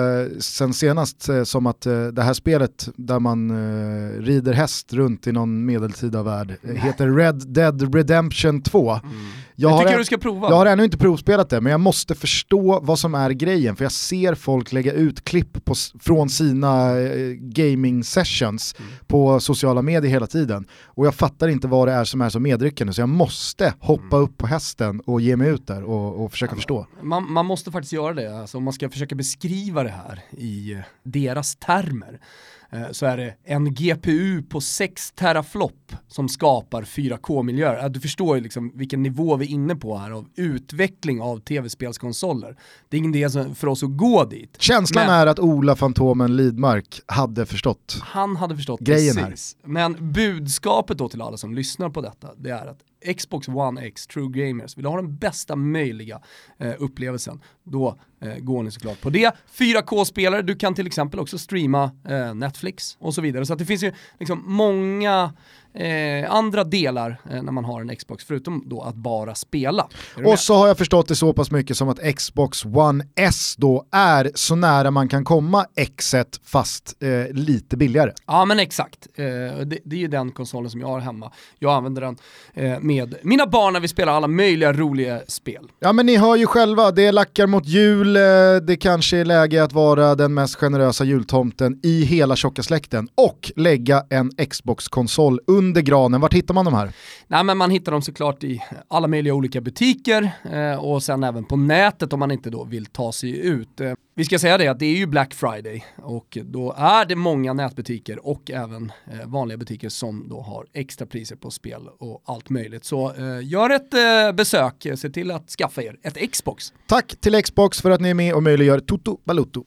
sen senast eh, som att eh, det här spelet där man eh, rider häst runt i någon medeltida värld eh, heter Red Dead Redemption två. Mm. Jag, jag tycker har, du ska prova. Jag har ännu inte provspelat det, men jag måste förstå vad som är grejen, för jag ser folk lägga ut klipp på, från sina eh, gaming sessions mm. på sociala medier hela tiden, och jag fattar inte vad det är som är så medryckande, så jag måste hoppa mm. upp på hästen och ge mig ut där och, och försöka ja, förstå. Man, man måste faktiskt göra det, alltså, om man ska försöka beskriva det här i deras termer. Så är det en G P U på sex teraflop som skapar fyra K-miljöer. Du förstår ju liksom vilken nivå vi är inne på här av utveckling av tv-spelskonsoler. Det är ingen idé för oss att gå dit. Känslan Men, är att Ola Fantomen Lidmark hade förstått. Han hade förstått grejen precis. Här. Men budskapet då till alla som lyssnar på detta, det är att Xbox One X, True Gamers, vill ha den bästa möjliga eh, upplevelsen. Då eh, går ni såklart på det. fyra K-spelare, du kan till exempel också streama eh, Netflix och så vidare. Så att det finns ju liksom många eh, andra delar eh, när man har en Xbox, förutom då att bara spela. Och så har jag förstått det så pass mycket som att Xbox One S då är så nära man kan komma X ett fast eh, lite billigare. Ja, men exakt. Eh, det, det är ju den konsolen som jag har hemma. Jag använder den eh, med mina barn när vi spelar alla möjliga roliga spel. Ja, men ni hör ju själva, det lackar mot jul, det kanske är läge att vara den mest generösa jultomten i hela tjocka släkten och lägga en Xbox-konsol under granen. Vart hittar man de här? Nej, men man hittar dem såklart i alla möjliga olika butiker eh, och sen även på nätet om man inte då vill ta sig ut. Eh, vi ska säga det att det är ju Black Friday och då är det många nätbutiker och även eh, vanliga butiker som då har extra priser på spel och allt möjligt. Så eh, gör ett eh, besök, se till att skaffa er ett Xbox. Tack till Xbox för att ni är med och möjliggör Toto Balutto.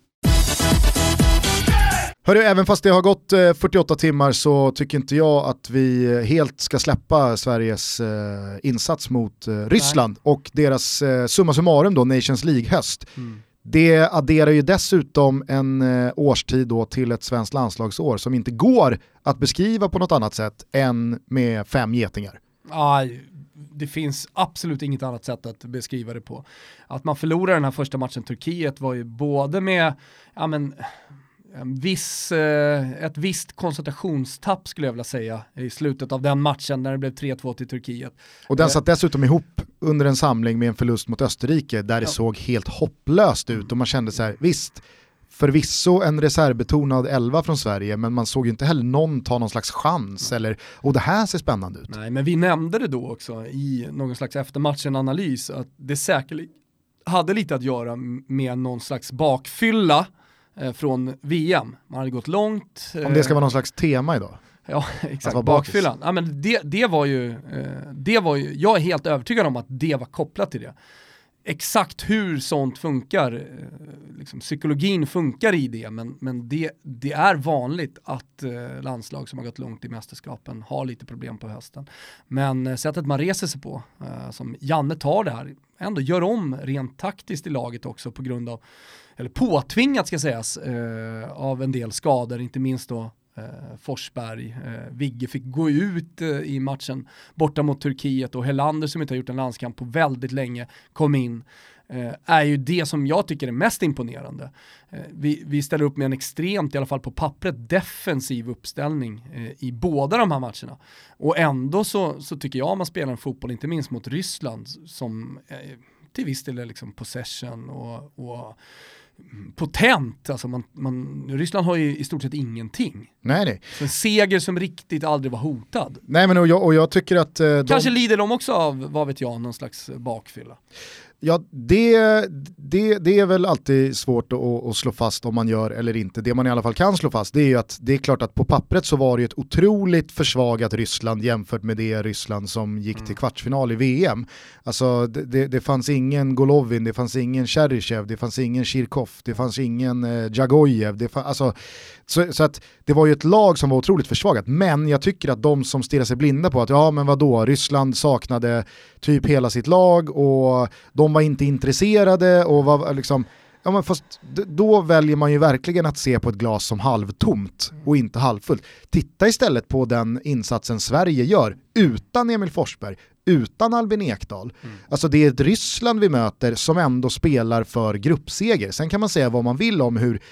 Hörru, även fast det har gått fyrtioåtta timmar så tycker inte jag att vi helt ska släppa Sveriges eh, insats mot eh, Ryssland Nej. och deras eh, summa summarum då, Nations League-höst. Mm. Det adderar ju dessutom en eh, årstid då till ett svenskt landslagsår som inte går att beskriva på något annat sätt än med fem getingar. Aj. Det finns absolut inget annat sätt att beskriva det på. Att man förlorar den här första matchen Turkiet var ju både med ja men, en viss, eh, ett visst koncentrationstapp skulle jag vilja säga i slutet av den matchen när det blev tre två till Turkiet. Och den satt dessutom ihop under en samling med en förlust mot Österrike där det ja. såg helt hopplöst ut och man kände så här, visst, förvisso en reservbetonad elva från Sverige, men man såg ju inte heller någon ta någon slags chans eller, och det här ser spännande ut. Nej, men vi nämnde det då också i någon slags eftermatchen-analys att det säkert hade lite att göra med någon slags bakfylla eh, från V M. Man hade gått långt. Eh, Om det ska vara någon slags tema idag. Ja, exakt. Bakfyllan. Ja, men det, det var ju, eh, det var ju, jag är helt övertygad om att det var kopplat till det. Exakt hur sånt funkar, liksom psykologin funkar i det, men, men det, det är vanligt att eh, landslag som har gått långt i mästerskapen har lite problem på hösten. Men eh, sättet man reser sig på, eh, som Janne tar det här, ändå gör om rent taktiskt i laget också på grund av, eller påtvingat ska sägas, eh, av en del skador, inte minst då Eh, Forsberg, eh, Vigge fick gå ut eh, i matchen borta mot Turkiet och Helander som inte har gjort en landskamp på väldigt länge kom in. eh, är ju det som jag tycker är mest imponerande. Eh, vi, vi ställer upp med en extremt, i alla fall på pappret, defensiv uppställning eh, i båda de här matcherna. Och ändå så, så tycker jag man spelar en fotboll, inte minst mot Ryssland, som eh, till viss del är liksom possession och, och potent. Alltså man, man, Ryssland har ju i stort sett ingenting. Nej, nej. Så en seger som riktigt aldrig var hotad. Nej, men och jag, och jag tycker att... Eh, de... Kanske lider de också av, vad vet jag, någon slags bakfylla. Ja, det, det, det är väl alltid svårt att, att slå fast om man gör eller inte. Det man i alla fall kan slå fast, det är ju att det är klart att på pappret så var det ett otroligt försvagat Ryssland jämfört med det Ryssland som gick mm. till kvartsfinal i V M. Alltså det, det, det fanns ingen Golovin, det fanns ingen Cheryshev, det fanns ingen Kirkov, det fanns ingen eh, Djagojev. Det fann, alltså, så, så att det var ju ett lag som var otroligt försvagat. Men jag tycker att de som stirrar sig blinda på att ja men vadå, Ryssland saknade typ hela sitt lag och de var inte intresserade och var liksom, ja men fast då väljer man ju verkligen att se på ett glas som halvtomt och inte halvfullt. Titta istället på den insatsen Sverige gör utan Emil Forsberg, utan Albin Ekdal. Mm. Alltså det är ett Ryssland vi möter som ändå spelar för gruppseger. Sen kan man säga vad man vill om hur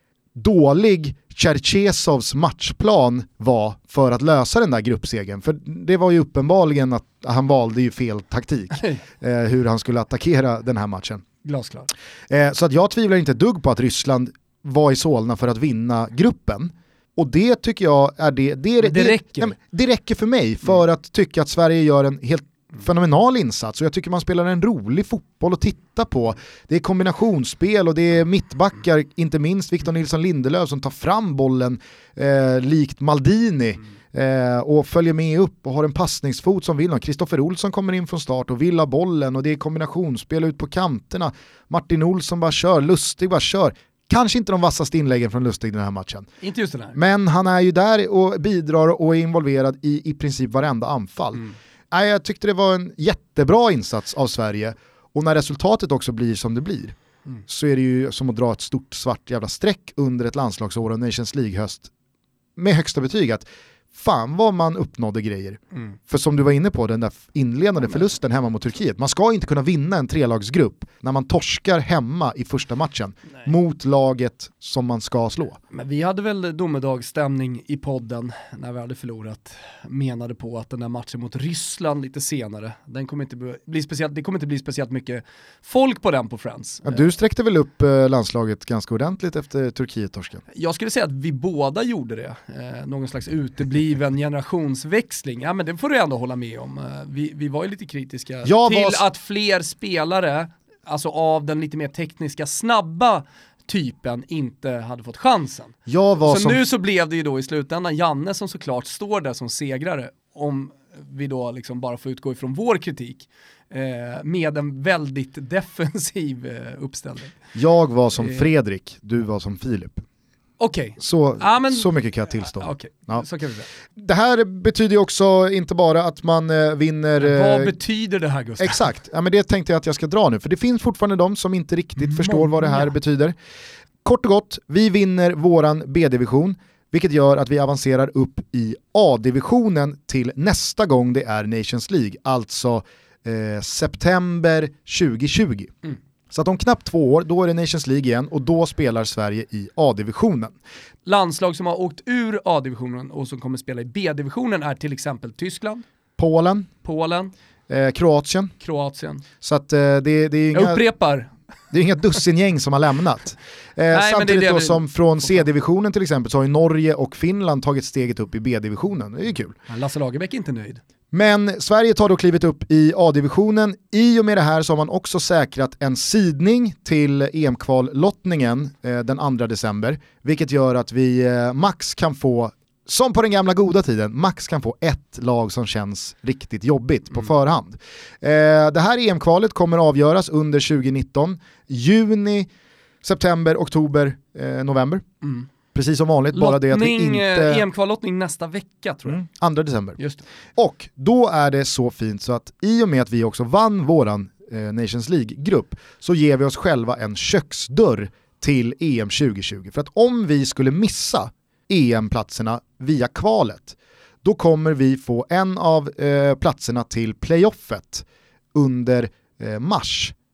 dålig Cherchesovs matchplan var för att lösa den där gruppsegern. För det var ju uppenbarligen att han valde ju fel taktik eh, hur han skulle attackera den här matchen. Glasklar. Eh, så att jag tvivlar inte ett dugg på att Ryssland var i Solna för att vinna gruppen. Och det tycker jag är det. Det, det, det räcker. Det, det räcker för mig för mm. att tycka att Sverige gör en helt fenomenal insats och jag tycker man spelar en rolig fotboll att titta på. Det är kombinationsspel och det är mittbackar, inte minst Victor Nilsson Lindelöf som tar fram bollen eh, likt Maldini eh, och följer med upp och har en passningsfot som vill. Kristoffer Olsson kommer in från start och vill ha bollen och det är kombinationsspel ut på kanterna. Martin Olsson bara kör, Lustig bara kör. Kanske inte de vassaste inläggen från Lustig den här matchen. Inte just den här. Men han är ju där och bidrar och är involverad i i princip varenda anfall. Mm. Nej, jag tyckte det var en jättebra insats av Sverige och när resultatet också blir som det blir mm. så är det ju som att dra ett stort svart jävla streck under ett landslagsår och Nations League-höst med högsta betyg att fan vad man uppnådde grejer. Mm. För som du var inne på, den där inledande förlusten hemma mot Turkiet. Man ska inte kunna vinna en trelagsgrupp när man torskar hemma i första matchen Nej. mot laget som man ska slå. Men vi hade väl domedagsstämning i podden när vi hade förlorat. Menade på att den där matchen mot Ryssland lite senare, den kommer inte bli speciellt, det kommer inte bli speciellt mycket folk på den på Friends. Ja, du sträckte väl upp eh, landslaget ganska ordentligt efter Turkiet-torsken? Jag skulle säga att vi båda gjorde det. Eh, någon slags utebliven generationsväxling. Ja, men det får du ändå hålla med om. Vi, vi var ju lite kritiska jag till var... att fler spelare, alltså av den lite mer tekniska, snabba typen, inte hade fått chansen. Jag var så som... nu så blev det ju då i slutändan Janne som såklart står där som segrare, om vi då liksom bara får utgå ifrån vår kritik. Eh, med en väldigt defensiv eh, uppställning. Jag var som Fredrik, du var som Filip. Okej. Okay. Så, ja, men, så mycket kan jag tillstå. Ja, okay. ja. Så kan vi säga. Det här betyder ju också inte bara att man eh, vinner... Eh, Vad eh, betyder det här, Gustav? Exakt, ja, men det tänkte jag att jag ska dra nu. För det finns fortfarande de som inte riktigt Många. förstår vad det här betyder. Kort och gott, vi vinner våran B-division. Vilket gör att vi avancerar upp i A-divisionen till nästa gång det är Nations League. Alltså eh, september tjugo tjugo. Mm. Så att om knappt två år, då är det Nations League igen och då spelar Sverige i A-divisionen. Landslag som har åkt ur A-divisionen och som kommer spela i B-divisionen är till exempel Tyskland, Polen, Polen, eh, Kroatien. Kroatien. Så att eh, det, det är inga... Jag upprepar. Det är inga dussingäng som har lämnat. Eh, Nej, samtidigt det det då vi... som från C-divisionen till exempel så har ju Norge och Finland tagit steget upp i B-divisionen. Det är ju kul. Lasse Lagerbäck är inte nöjd. Men Sverige tar då klivit upp i A-divisionen. I och med det här så har man också säkrat en sidning till E M-kvallottningen eh, den andra december. Vilket gör att vi eh, max kan få, som på den gamla goda tiden, max kan få ett lag som känns riktigt jobbigt på mm. förhand. Eh, det här E M-kvalet kommer avgöras under tjugo nitton. Juni, september, oktober, eh, november. Mm. Precis som vanligt, lottning, bara det att det inte... E M-kvallottning nästa vecka tror jag. Mm, andra december. Just det. Och då är det så fint så att i och med att vi också vann våran eh, Nations League-grupp så ger vi oss själva en köksdörr till E M tjugo tjugo. För att om vi skulle missa E M-platserna via kvalet, då kommer vi få en av eh, platserna till playoffet under eh, mars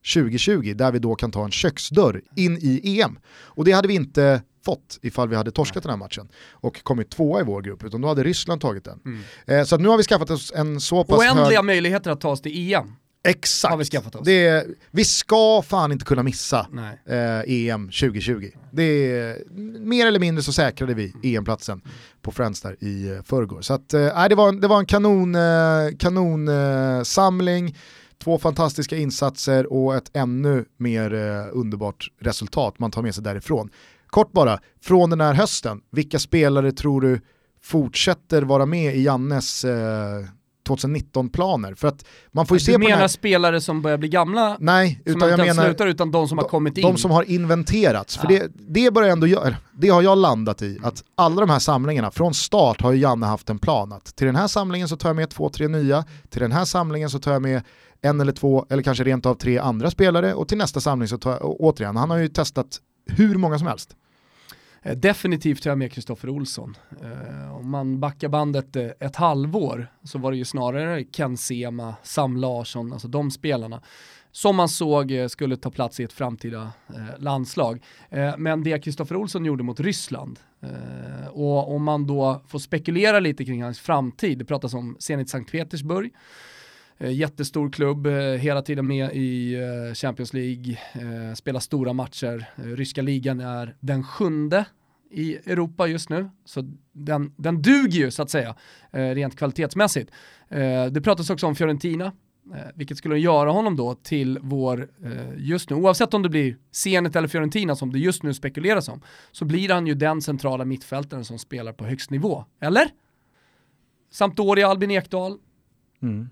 tjugo tjugo där vi då kan ta en köksdörr in i E M. Och det hade vi inte fått ifall vi hade torskat den här matchen och kommit tvåa i vår grupp, utan då hade Ryssland tagit den. Mm. Eh, så att nu har vi skaffat oss en så pass oändliga hög... möjligheter att ta oss till E M. Exakt. Har vi skaffat oss. Det är, vi ska fan inte kunna missa eh, E M tjugo tjugo. Det är, mer eller mindre så säkrade vi E M-platsen på Friends där i eh, förrgår. Så att, eh, det, var en, det var en kanon, eh, kanon eh, samling, två fantastiska insatser och ett ännu mer eh, underbart resultat man tar med sig därifrån. Kort bara, från den här hösten, vilka spelare tror du fortsätter vara med i Jannes eh, tjugonitton-planer? För att man får ju du se på menar här... spelare som börjar bli gamla? Nej, som utan jag menar slutar, utan de som de, har kommit in. De som har inventerats. För ja. det, det börjar ändå göra, det har jag landat i, att alla de här samlingarna från start har ju Janne haft en plan att till den här samlingen så tar jag med två, tre nya, till den här samlingen så tar jag med en eller två eller kanske rent av tre andra spelare och till nästa samling så tar jag återigen, han har ju testat hur många som helst. Definitivt tar jag med Kristoffer Olsson. Uh, om man backar bandet uh, ett halvår så var det ju snarare Ken Sema, Sam Larsson, alltså de spelarna som man såg uh, skulle ta plats i ett framtida uh, landslag. Uh, men det Kristoffer Olsson gjorde mot Ryssland uh, och om man då får spekulera lite kring hans framtid, det pratas om Zenit Sankt Petersburg, uh, jättestor klubb, uh, hela tiden med i uh, Champions League, uh, spelar stora matcher. Uh, ryska ligan är den sjunde i Europa just nu, så den, den duger ju så att säga eh, rent kvalitetsmässigt. Eh, det pratas också om Fiorentina, eh, vilket skulle göra honom då till vår, eh, just nu, oavsett om det blir Zenit eller Fiorentina som det just nu spekuleras om, så blir han ju den centrala mittfältaren som spelar på högst nivå. Eller? Sampdoria, Albin Ekdal. Mm.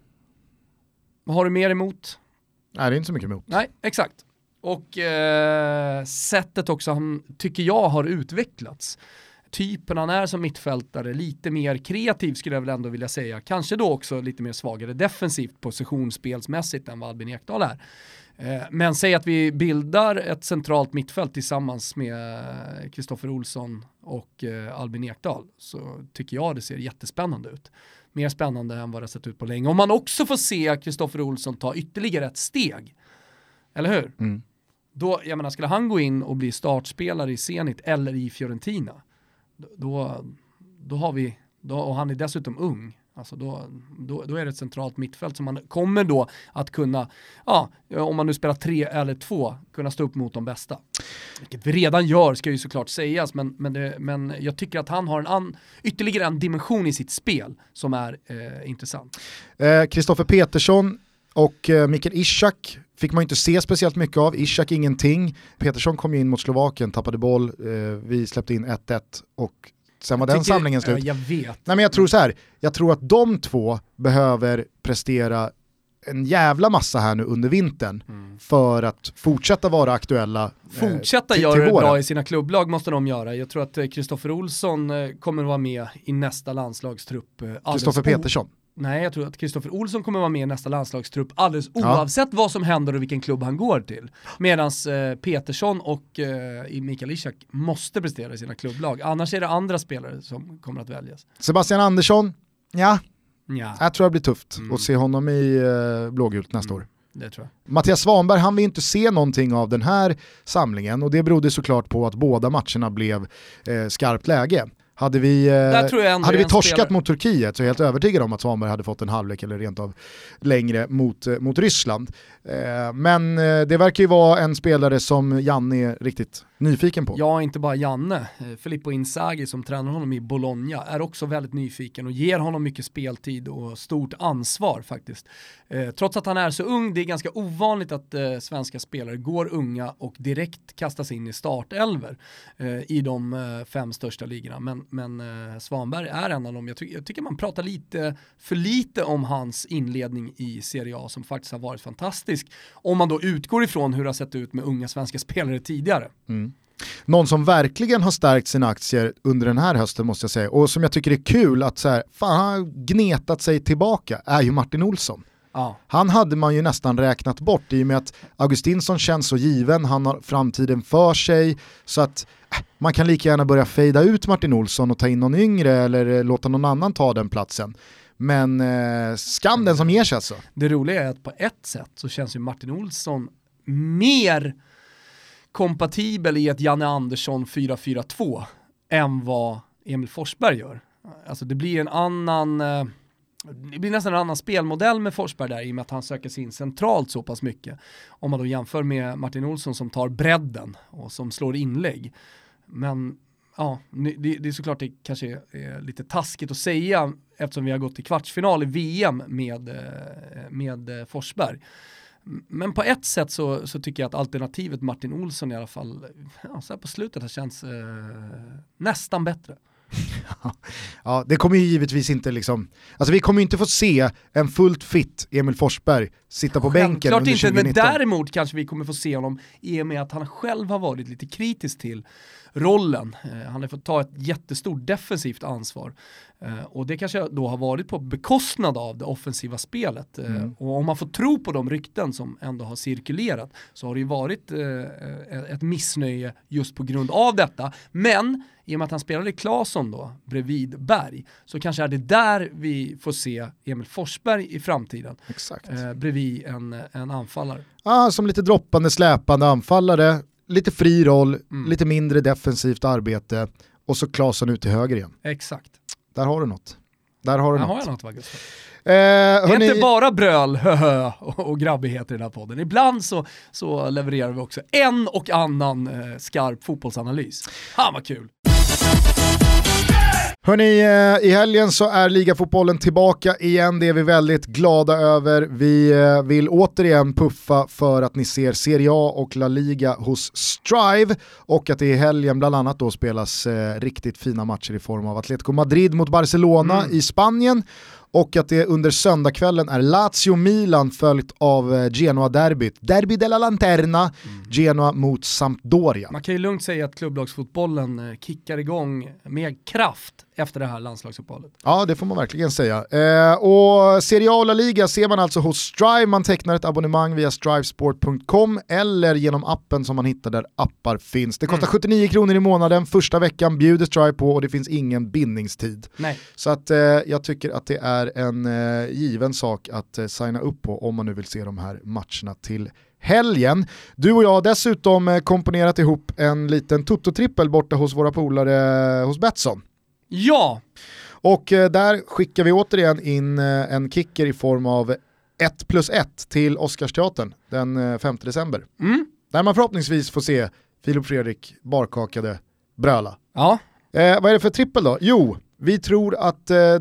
Vad har du mer emot? Nej, det är inte så mycket emot. Nej, exakt. Och eh, sättet också han tycker jag har utvecklats. Typen han är som mittfältare, lite mer kreativ skulle jag väl ändå vilja säga. Kanske då också lite mer svagare defensivt positionsspelsmässigt än vad Albin Ekdal är. Eh, men säg att vi bildar ett centralt mittfält tillsammans med Kristoffer Olsson och eh, Albin Ekdal, så tycker jag det ser jättespännande ut. Mer spännande än vad det har sett ut på länge. Om man också får se Kristoffer Olsson ta ytterligare ett steg, eller hur? Mm. Då, jag menar, skulle han gå in och bli startspelare i Zenit eller i Fiorentina, då, då har vi, då, och han är dessutom ung, alltså då, då, då är det ett centralt mittfält som man kommer då att kunna, ja, om man nu spelar tre eller två, kunna stå upp mot de bästa. Vilket vi redan gör, ska ju såklart sägas, men, men, det, men jag tycker att han har en an, ytterligare en dimension i sitt spel som är eh, intressant. Kristoffer eh, Petersson och eh, Mikael Ishak fick man inte se speciellt mycket av. Ishak ingenting. Petersson kom ju in mot Slovakien, tappade boll. Eh, vi släppte in ett ett och sen var jag den tycker, samlingen slut. Ja, jag vet. Nej, men jag tror så här. Jag tror att de två behöver prestera en jävla massa här nu under vintern mm. för att fortsätta vara aktuella. Fortsätta eh, göra det bra i sina klubblag måste de göra. Jag tror att Kristoffer Olsson eh, kommer att vara med i nästa landslagstrupp. Eh, Kristoffer Petersson? Nej, jag tror att Kristoffer Olsson kommer vara med i nästa landslagstrupp alldeles oavsett ja. vad som händer och vilken klubb han går till. Medan eh, Petersson och eh, Mikael Ishak måste prestera i sina klubblag. Annars är det andra spelare som kommer att väljas. Sebastian Andersson, ja. ja. Jag tror det blir tufft mm. att se honom i eh, blågult nästa mm. år. Det tror jag. Mattias Svanberg, han vill inte se någonting av den här samlingen och det berodde såklart på att båda matcherna blev eh, skarpt läge. Hade vi, eh, hade vi torskat spelare. mot Turkiet så är jag helt övertygad om att Svanberg hade fått en halvlek eller rent av längre mot, eh, mot Ryssland. Eh, men eh, det verkar ju vara en spelare som Janne är riktigt nyfiken på. Ja, inte bara Janne. Filippo Inzaghi som tränar honom i Bologna är också väldigt nyfiken och ger honom mycket speltid och stort ansvar faktiskt. Eh, trots att han är så ung, det är ganska ovanligt att eh, svenska spelare går unga och direkt kastas in i startelver eh, i de eh, fem största ligorna. Men, men eh, Svanberg är en av dem. Jag, ty- jag tycker man pratar lite för lite om hans inledning i Serie A som faktiskt har varit fantastisk. Om man då utgår ifrån hur det har sett ut med unga svenska spelare tidigare. Mm. Någon som verkligen har stärkt sina aktier under den här hösten måste jag säga, och som jag tycker är kul att så här, fan, han har gnetat sig tillbaka, är ju Martin Olsson. Ja. Han hade man ju nästan räknat bort i och med att Augustinsson känns så given, han har framtiden för sig, så att äh, man kan lika gärna börja fejda ut Martin Olsson och ta in någon yngre eller eh, låta någon annan ta den platsen. Men eh, skam den som ger sig alltså. Det roliga är att på ett sätt så känns ju Martin Olsson mer kompatibel i ett Janne Andersson fyra fyra två än vad Emil Forsberg gör. Alltså det blir en annan... Det blir nästan en annan spelmodell med Forsberg där i och med att han söker sig in centralt så pass mycket. Om man då jämför med Martin Olsson som tar bredden och som slår inlägg. Men ja, det, det är såklart det kanske är lite taskigt att säga eftersom vi har gått till kvartsfinal i V M med, med Forsberg. Men på ett sätt så, så tycker jag att alternativet Martin Olsson i alla fall ja, så här på slutet har känts eh, nästan bättre. Ja, det kommer ju givetvis inte liksom, alltså vi kommer ju inte få se en fullt fit Emil Forsberg sitta på bänken klart under inte, tjugonitton. Men däremot kanske vi kommer få se honom i och med att han själv har varit lite kritisk till rollen. Eh, han har fått ta ett jättestort defensivt ansvar. Eh, och det kanske då har varit på bekostnad av det offensiva spelet. Eh, mm. Och om man får tro på de rykten som ändå har cirkulerat så har det ju varit eh, ett missnöje just på grund av detta. Men i och med att han spelade Claesson då bredvid Berg så kanske är det där vi får se Emil Forsberg i framtiden. Exakt. Eh, bredvid en, en anfallare. Ja, som lite droppande, släpande anfallare. Lite fri roll, Mm. lite mindre defensivt arbete och så Claesson ut till höger igen. Exakt. Där har du något. Där har du Där något. har jag något, va, Gustav? Eh, Det är hörni, inte bara bröl höhö, och, och grabbigheter i den här podden. Ibland så, så levererar vi också en och annan eh, skarp fotbollsanalys. Ha, vad kul! hörni, eh, i helgen så är ligafotbollen tillbaka igen. Det är vi väldigt glada över. Vi eh, vill återigen puffa för att ni ser Serie A och La Liga hos Strive och att det i helgen bland annat då spelas eh, riktigt fina matcher i form av Atletico Madrid mot Barcelona Mm. i Spanien. Och att det under söndagskvällen är Lazio-Milan följt av eh, Genoa-derbyt. Derby della Lanterna, Mm. Genoa mot Sampdoria. Man kan ju lugnt säga att klubblagsfotbollen eh, kickar igång med kraft efter det här landslagsuppehållet. Ja, det får man verkligen säga. Eh, och Serie A och La Liga ser man alltså hos Strive. Man tecknar ett abonnemang via strivesport punkt com eller genom appen som man hittar där appar finns. Det kostar Mm. sjuttionio kronor i månaden. Första veckan bjuder Strive på och det finns ingen bindningstid. Nej. Så att eh, jag tycker att det är en eh, given sak att eh, signa upp på om man nu vill se de här matcherna till helgen. Du och jag har dessutom eh, komponerat ihop en liten Toto-trippel borta hos våra polare eh, hos Betsson. Ja! Och eh, där skickar vi återigen in eh, en kicker i form av ett plus ett till Oscarsteatern den eh, femte december. Mm. Där man förhoppningsvis får se Filip Fredrik barkakade bröla. Ja. Eh, vad är det för trippel då? Jo, vi tror att eh,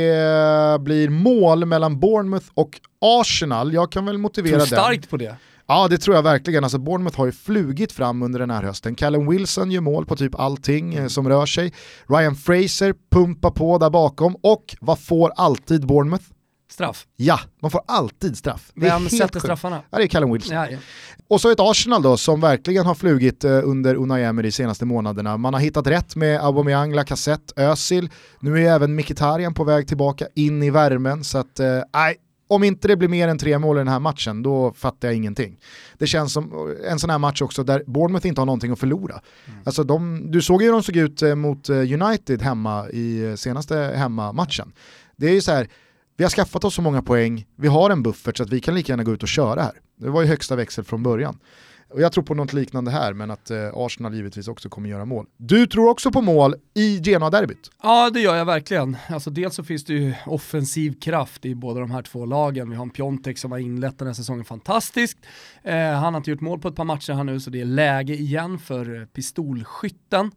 det blir mål mellan Bournemouth och Arsenal. Jag kan väl motivera Tror den. starkt på det. Ja, det tror jag verkligen. Alltså, Bournemouth har ju flugit fram under den här hösten. Callum Wilson gör mål på typ allting eh, som rör sig. Ryan Fraser pumpar på där bakom. Och vad får alltid Bournemouth? Straff. Ja, de får alltid straff. Det är Vem helt sätter sjukt. straffarna? Ja, det är Callum Wilson. Ja, ja. Och så ett Arsenal då som verkligen har flugit eh, under Unai Emery de senaste månaderna. Man har hittat rätt med Aubameyang, Lacazette, Özil. Nu är ju även Mkhitaryan på väg tillbaka in i värmen. Så att, eh, nej, om inte det blir mer än tre mål i den här matchen, då fattar jag ingenting. Det känns som en sån här match också där Bournemouth inte har någonting att förlora. Mm. Alltså de, du såg ju hur de såg ut mot United hemma i senaste hemmamatchen. Det är ju så här, vi har skaffat oss så många poäng, vi har en buffert så att vi kan lika gärna gå ut och köra här. Det var ju högsta växel från början. Och jag tror på något liknande här, men att eh, Arsenal givetvis också kommer göra mål. Du tror också på mål i Genoa-derbyt? Ja, det gör jag verkligen. Alltså, dels så finns det ju offensiv kraft i båda de här två lagen. Vi har en Piontek som har inlett den här säsongen fantastiskt. Eh, han har inte gjort mål på ett par matcher här nu, så det är läge igen för pistolskytten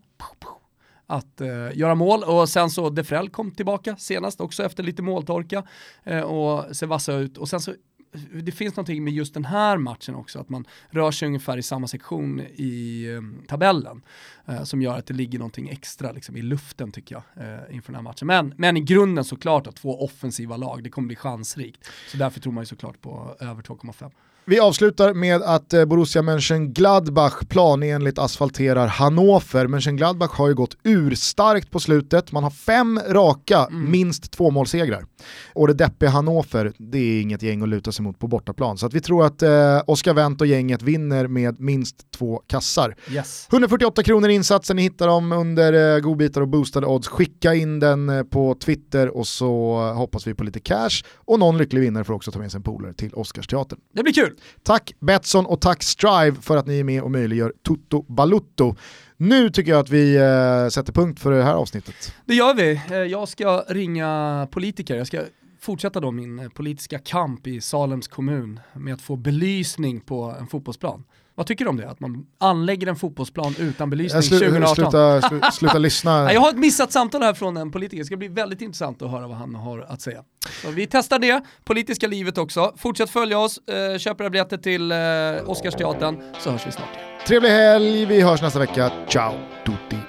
att eh, göra mål. Och sen så Defrell kom tillbaka senast också efter lite måltorka eh, och ser vassa ut. Och sen så det finns någonting med just den här matchen också, att man rör sig ungefär i samma sektion i eh, tabellen eh, som gör att det ligger någonting extra liksom, i luften tycker jag eh, inför den här matchen. Men, men i grunden såklart att två offensiva lag, det kommer bli chansrikt. Så därför tror man ju såklart på över två komma fem. Vi avslutar med att Borussia Mönchengladbach planenligt asfalterar Hannover. Mönchengladbach har ju gått urstarkt på slutet. Man har fem raka, mm. minst två målsegrar. Och det deppiga Hannover, det är inget gäng att luta sig mot på bortaplan. Så att vi tror att eh, Oscar Wendt och gänget vinner med minst två kassar. Yes. hundrafyrtioåtta kronor insatsen, ni hittar dem under eh, godbitar och boostade odds. Skicka in den eh, på Twitter och så eh, hoppas vi på lite cash. Och någon lycklig vinnare får också ta med sig en polare till Oscarsteatern. Det blir kul! Tack Betsson och tack Strive för att ni är med och möjliggör Toto Balutto. Nu tycker jag att vi eh, sätter punkt för det här avsnittet. Det gör vi. Eh, Jag ska ringa politiker. Jag ska fortsätta då min eh, politiska kamp i Salems kommun med att få belysning på en fotbollsplan. Vad tycker du om det? Att man anlägger en fotbollsplan utan belysning Slu- tjugoarton? Sluta, slu, sluta lyssna. Jag har ett missat samtal här från en politiker. Det ska bli väldigt intressant att höra vad han har att säga. Så vi testar det, politiska livet också. Fortsätt följa oss, eh, köp era biljetter till eh, Oscarsteatern, så hörs vi snart igen. Trevlig helg, vi hörs nästa vecka. Ciao tutti.